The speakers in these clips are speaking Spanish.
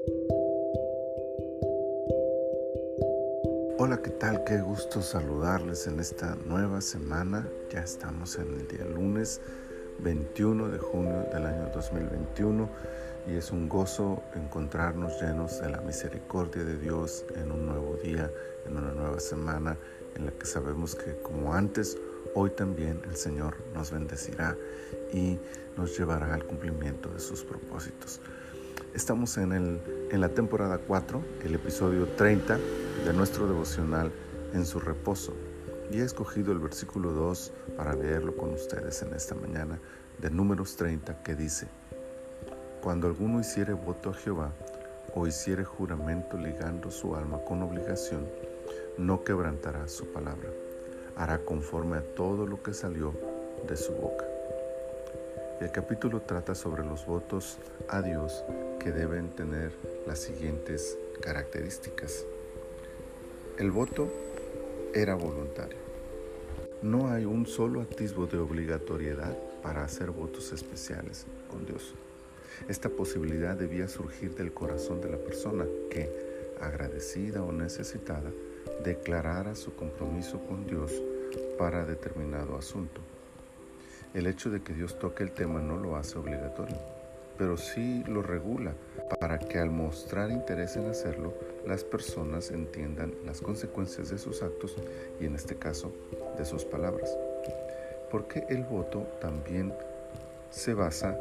Hola, ¿qué tal? Qué gusto saludarles en esta nueva semana. Ya estamos en el día lunes 21 de junio del año 2021 y es un gozo encontrarnos llenos de la misericordia de Dios en un nuevo día, en una nueva semana en la que sabemos que como antes, hoy también el Señor nos bendecirá y nos llevará al cumplimiento de sus propósitos. Estamos en la temporada 4, el episodio 30 de nuestro devocional En su reposo. Y he escogido el versículo 2 para leerlo con ustedes en esta mañana de Números 30, que dice: Cuando alguno hiciere voto a Jehová o hiciere juramento ligando su alma con obligación, no quebrantará su palabra, hará conforme a todo lo que salió de su boca. El capítulo trata sobre los votos a Dios que deben tener las siguientes características. El voto era voluntario. No hay un solo atisbo de obligatoriedad para hacer votos especiales con Dios. Esta posibilidad debía surgir del corazón de la persona que, agradecida o necesitada, declarara su compromiso con Dios para determinado asunto. El hecho de que Dios toque el tema no lo hace obligatorio, pero sí lo regula para que al mostrar interés en hacerlo, las personas entiendan las consecuencias de sus actos y en este caso de sus palabras. Porque el voto también se basa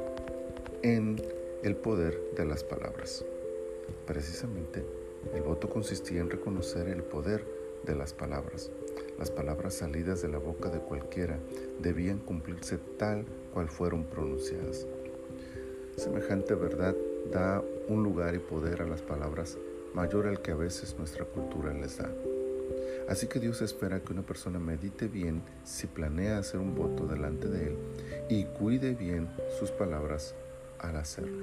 en el poder de las palabras. Precisamente, el voto consistía en reconocer el poder de las palabras. Las palabras salidas de la boca de cualquiera debían cumplirse tal cual fueron pronunciadas. Semejante verdad da un lugar y poder a las palabras mayor al que a veces nuestra cultura les da. Así que Dios espera que una persona medite bien si planea hacer un voto delante de Él y cuide bien sus palabras al hacerlo.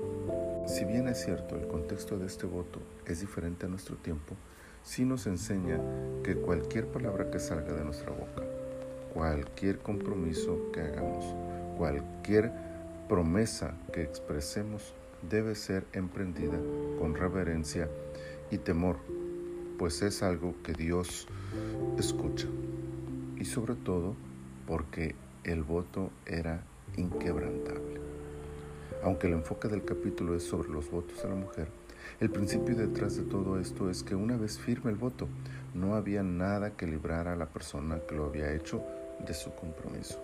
Si bien es cierto, el contexto de este voto es diferente a nuestro tiempo, sí nos enseña que cualquier palabra que salga de nuestra boca, cualquier compromiso que hagamos, cualquier promesa que expresemos debe ser emprendida con reverencia y temor, pues es algo que Dios escucha. Y sobre todo porque el voto era inquebrantable. Aunque el enfoque del capítulo es sobre los votos a la mujer, el principio detrás de todo esto es que una vez firme el voto, no había nada que librara a la persona que lo había hecho de su compromiso.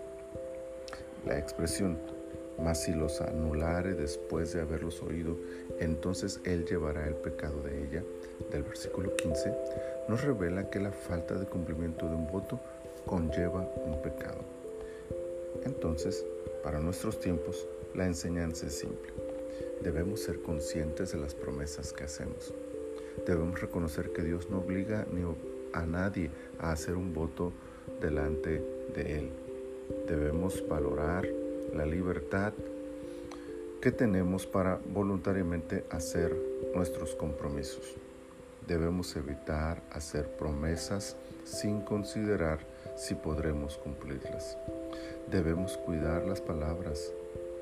La expresión "mas si los anulare después de haberlos oído, entonces él llevará el pecado de ella", del versículo 15, nos revela que la falta de cumplimiento de un voto conlleva un pecado. Entonces, para nuestros tiempos, la enseñanza es simple. Debemos ser conscientes de las promesas que hacemos. Debemos reconocer que Dios no obliga ni a nadie a hacer un voto delante de Él. Debemos valorar la libertad que tenemos para voluntariamente hacer nuestros compromisos. Debemos evitar hacer promesas sin considerar si podremos cumplirlas. Debemos cuidar las palabras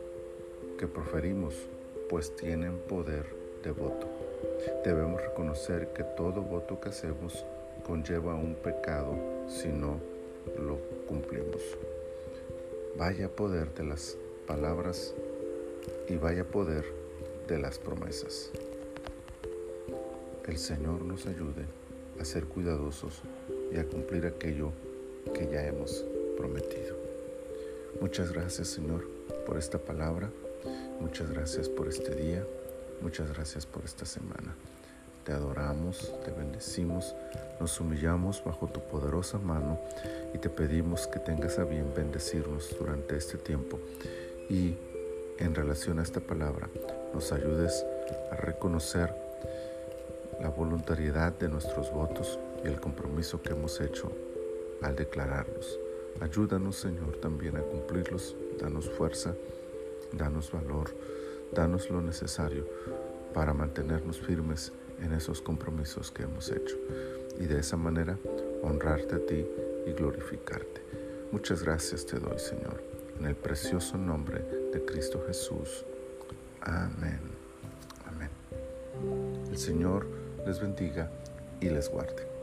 que proferimos, pues tienen poder de voto. Debemos reconocer que todo voto que hacemos conlleva un pecado si no lo cumplimos. Vaya poder de las palabras y vaya poder de las promesas. El Señor nos ayude a ser cuidadosos y a cumplir aquello que ya hemos prometido. Muchas gracias, Señor, por esta palabra. Muchas gracias por este día. Muchas gracias por esta semana. Te adoramos, te bendecimos, nos humillamos bajo tu poderosa mano y te pedimos que tengas a bien bendecirnos durante este tiempo y en relación a esta palabra nos ayudes a reconocer la voluntariedad de nuestros votos y el compromiso que hemos hecho al declararlos. Ayúdanos, Señor, también a cumplirlos. Danos fuerza, danos valor, danos lo necesario para mantenernos firmes en esos compromisos que hemos hecho y de esa manera honrarte a ti y glorificarte. Muchas gracias te doy, Señor, en el precioso nombre de Cristo Jesús. Amén. Amén. Señor les bendiga y les guarde.